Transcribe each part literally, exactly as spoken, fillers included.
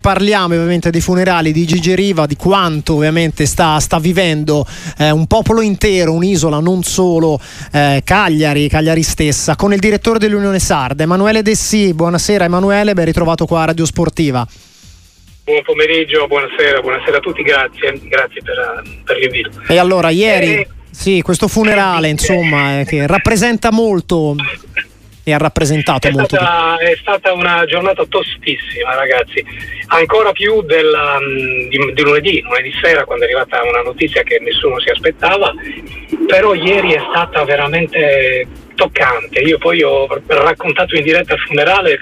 parliamo ovviamente dei funerali di Gigi Riva, di quanto ovviamente sta, sta vivendo eh, un popolo intero, un'isola, non solo eh, Cagliari, Cagliari stessa, con il direttore dell'Unione Sarda, Emanuele Dessì. Buonasera Emanuele, ben ritrovato qua a Radio Sportiva. Buon pomeriggio, buonasera, buonasera a tutti, grazie, grazie per, per l'invito. E allora, ieri, eh, sì, questo funerale, insomma, eh, che rappresenta molto e ha rappresentato è molto. Stata, è stata una giornata tostissima, ragazzi, ancora più della, di, di lunedì, lunedì sera, quando è arrivata una notizia che nessuno si aspettava, però ieri è stata veramente toccante. Io poi ho raccontato in diretta il funerale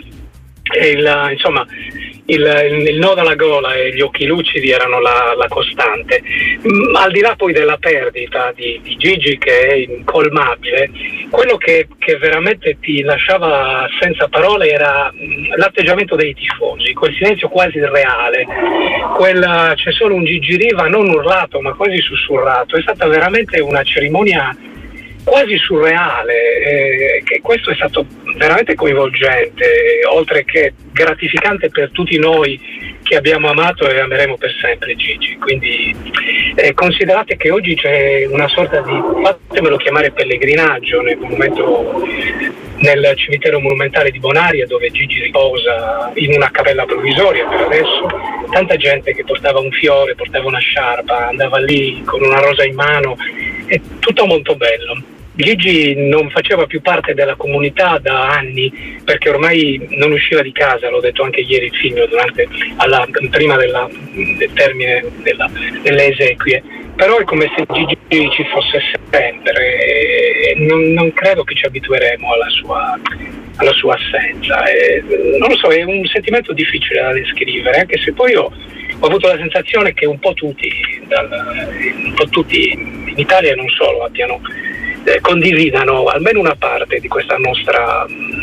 e il, insomma, Il, il, il nodo alla gola e gli occhi lucidi erano la, la costante. Mm, al di là poi della perdita di, di Gigi, che è incolmabile, quello che, che veramente ti lasciava senza parole era mm, l'atteggiamento dei tifosi, quel silenzio quasi reale, quella, c'è solo un Gigi Riva non urlato ma quasi sussurrato. È stata veramente una cerimonia quasi surreale, eh, che questo è stato veramente coinvolgente, oltre che gratificante per tutti noi che abbiamo amato e ameremo per sempre Gigi. Quindi eh, considerate che oggi c'è una sorta di, fatemelo chiamare, pellegrinaggio nel monumento, nel cimitero monumentale di Bonaria, dove Gigi riposa in una cappella provvisoria per adesso. Tanta gente che portava un fiore, portava una sciarpa, andava lì con una rosa in mano, è tutto molto bello. Gigi non faceva più parte della comunità da anni, perché ormai non usciva di casa, l'ho detto anche ieri il figlio durante, alla, prima della, del termine della, delle esequie, però è come se Gigi ci fosse sempre e non, non credo che ci abitueremo alla sua, alla sua assenza. E, non lo so, è un sentimento difficile da descrivere, anche se poi ho, ho avuto la sensazione che un po' tutti, dal, un po' tutti in Italia e non solo, abbiano condividano almeno una parte di questa nostra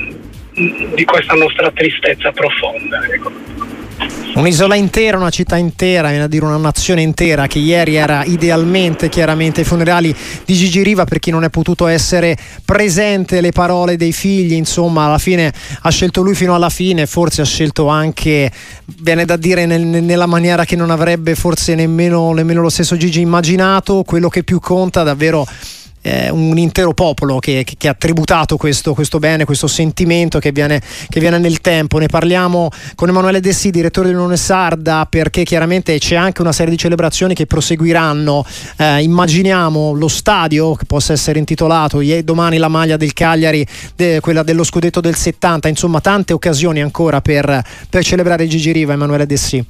di questa nostra tristezza profonda, ecco. Un'isola intera, una città intera, viene a dire una nazione intera, che ieri era idealmente chiaramente ai funerali di Gigi Riva. Per chi non è potuto essere presente, le parole dei figli, insomma, alla fine ha scelto lui fino alla fine, forse ha scelto anche, viene da dire, nel, nella maniera che non avrebbe forse nemmeno, nemmeno lo stesso Gigi immaginato. Quello che più conta davvero Eh, un intero popolo che, che, che ha tributato questo, questo bene, questo sentimento che viene, che viene nel tempo. Ne parliamo con Emanuele Dessì, direttore dell'Unione Sarda, perché chiaramente c'è anche una serie di celebrazioni che proseguiranno. Eh, immaginiamo lo stadio che possa essere intitolato domani la maglia del Cagliari, de, quella dello scudetto del settanta, insomma tante occasioni ancora per, per celebrare Gigi Riva. Emanuele Dessì.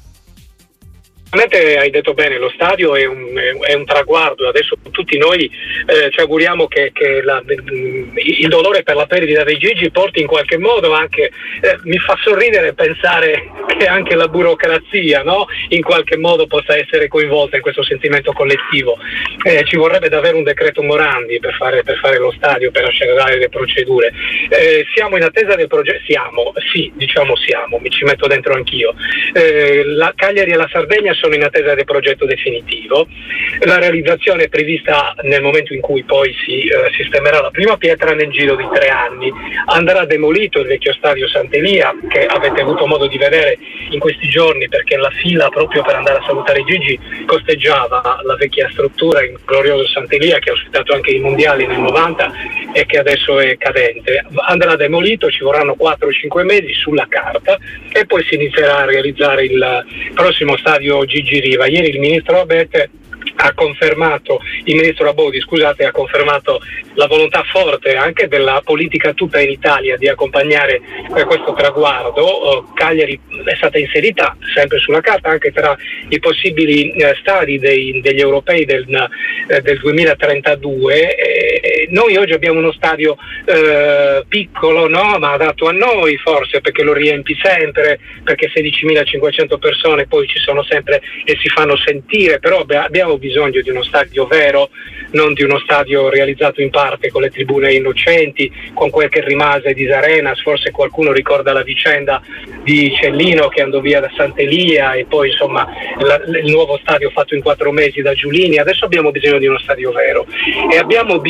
Hai detto bene, lo stadio è un, è un traguardo. Adesso tutti noi eh, ci auguriamo che, che la, il dolore per la perdita dei Gigi porti in qualche modo anche, eh, mi fa sorridere pensare che anche la burocrazia, no, in qualche modo possa essere coinvolta in questo sentimento collettivo. Eh, ci vorrebbe davvero un decreto Morandi per fare, per fare lo stadio, per accelerare le procedure. Eh, siamo in attesa del progetto, siamo, sì, diciamo siamo, mi ci metto dentro anch'io. Eh, la Cagliari e la Sardegna sono in attesa del progetto definitivo. La realizzazione è prevista nel momento in cui poi si eh, sistemerà la prima pietra nel giro di tre anni. Andrà demolito il vecchio stadio Sant'Elia, che avete avuto modo di vedere in questi giorni, perché la fila proprio per andare a salutare Gigi costeggiava la vecchia struttura in glorioso Sant'Elia, che ha ospitato anche i mondiali nel novanta e che adesso è cadente. Andrà demolito, ci vorranno quattro o cinque mesi sulla carta e poi si inizierà a realizzare il prossimo stadio Gigi Riva. Ieri il ministro Abete ha confermato, il ministro Abodi, scusate, ha confermato la volontà forte anche della politica tutta in Italia di accompagnare eh, questo traguardo. Cagliari è stata inserita sempre sulla carta anche tra i possibili eh, stadi dei, degli europei del, eh, del duemilatrentadue. E noi oggi abbiamo uno stadio eh, piccolo, no? Ma adatto a noi forse, perché lo riempi sempre, perché sedicimilacinquecento persone poi ci sono sempre e si fanno sentire, però abbiamo bisogno di uno stadio vero, non di uno stadio realizzato in parte con le tribune innocenti, con quel che rimase di Arenas. Forse qualcuno ricorda la vicenda di Cellino che andò via da Sant'Elia e poi insomma la, il nuovo stadio fatto in quattro mesi da Giulini. Adesso abbiamo bisogno di uno stadio vero e abbiamo bisogno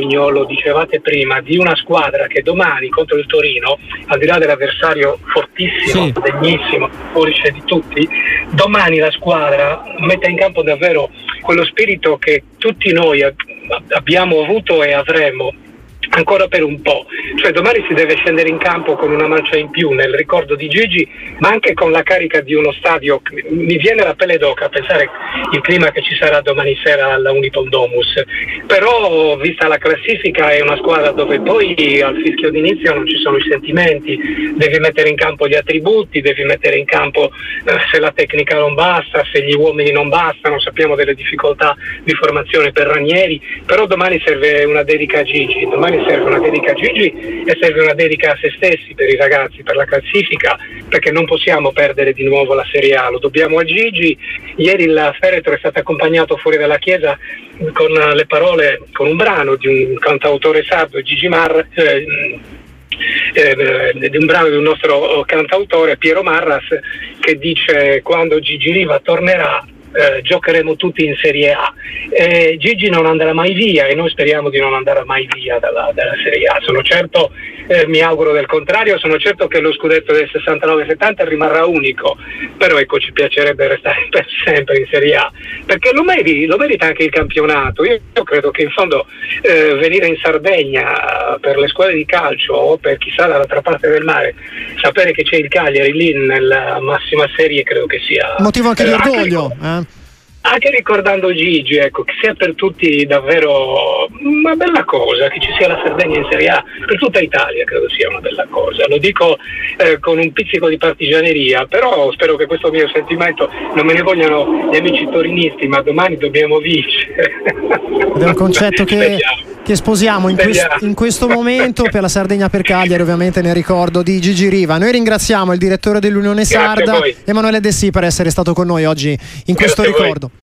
segno, lo dicevate prima, di una squadra che domani contro il Torino, al di là dell'avversario fortissimo, sì, degnissimo, fuorice di tutti, domani la squadra mette in campo davvero quello spirito che tutti noi abbiamo avuto e avremo ancora per un po', cioè domani si deve scendere in campo con una marcia in più nel ricordo di Gigi, ma anche con la carica di uno stadio. Mi viene la pelle d'oca a pensare il clima che ci sarà domani sera alla Unipol Domus, però vista la classifica è una squadra dove poi al fischio d'inizio non ci sono i sentimenti, devi mettere in campo gli attributi, devi mettere in campo eh, se la tecnica non basta, se gli uomini non bastano, sappiamo delle difficoltà di formazione per Ranieri, però domani serve una dedica a Gigi, domani serve una dedica a Gigi e serve una dedica a se stessi, per i ragazzi, per la classifica, perché non possiamo perdere di nuovo la Serie A, lo dobbiamo a Gigi. Ieri il feretro è stato accompagnato fuori dalla chiesa con le parole, con un brano di un cantautore sardo, Gigi Marra, eh, eh, di un brano di un nostro cantautore, Piero Marras, che dice: quando Gigi Riva tornerà Eh, giocheremo tutti in Serie A. Eh, Gigi non andrà mai via e noi speriamo di non andare mai via dalla, dalla Serie A. Sono certo, eh, mi auguro del contrario, sono certo che lo scudetto del sessantanove settanta rimarrà unico, però ecco, ci piacerebbe restare per sempre in Serie A, perché lo merita, lo merita anche il campionato. Io, io credo che in fondo eh, venire in Sardegna per le squadre di calcio o per chissà dall'altra parte del mare, sapere che c'è il Cagliari lì nella massima serie, credo che sia motivo anche di orgoglio, eh? Anche ricordando Gigi, ecco, che sia per tutti davvero una bella cosa che ci sia la Sardegna in Serie A, per tutta Italia credo sia una bella cosa, lo dico eh, con un pizzico di partigianeria, però spero che questo mio sentimento non me ne vogliano gli amici torinisti, ma domani dobbiamo vincere. Ed è un concetto che, che sposiamo in, quest, in questo momento per la Sardegna, per Cagliari, ovviamente nel ricordo di Gigi Riva. Noi ringraziamo il direttore dell'Unione Sarda, Emanuele De Sì, per essere stato con noi oggi in questo ricordo.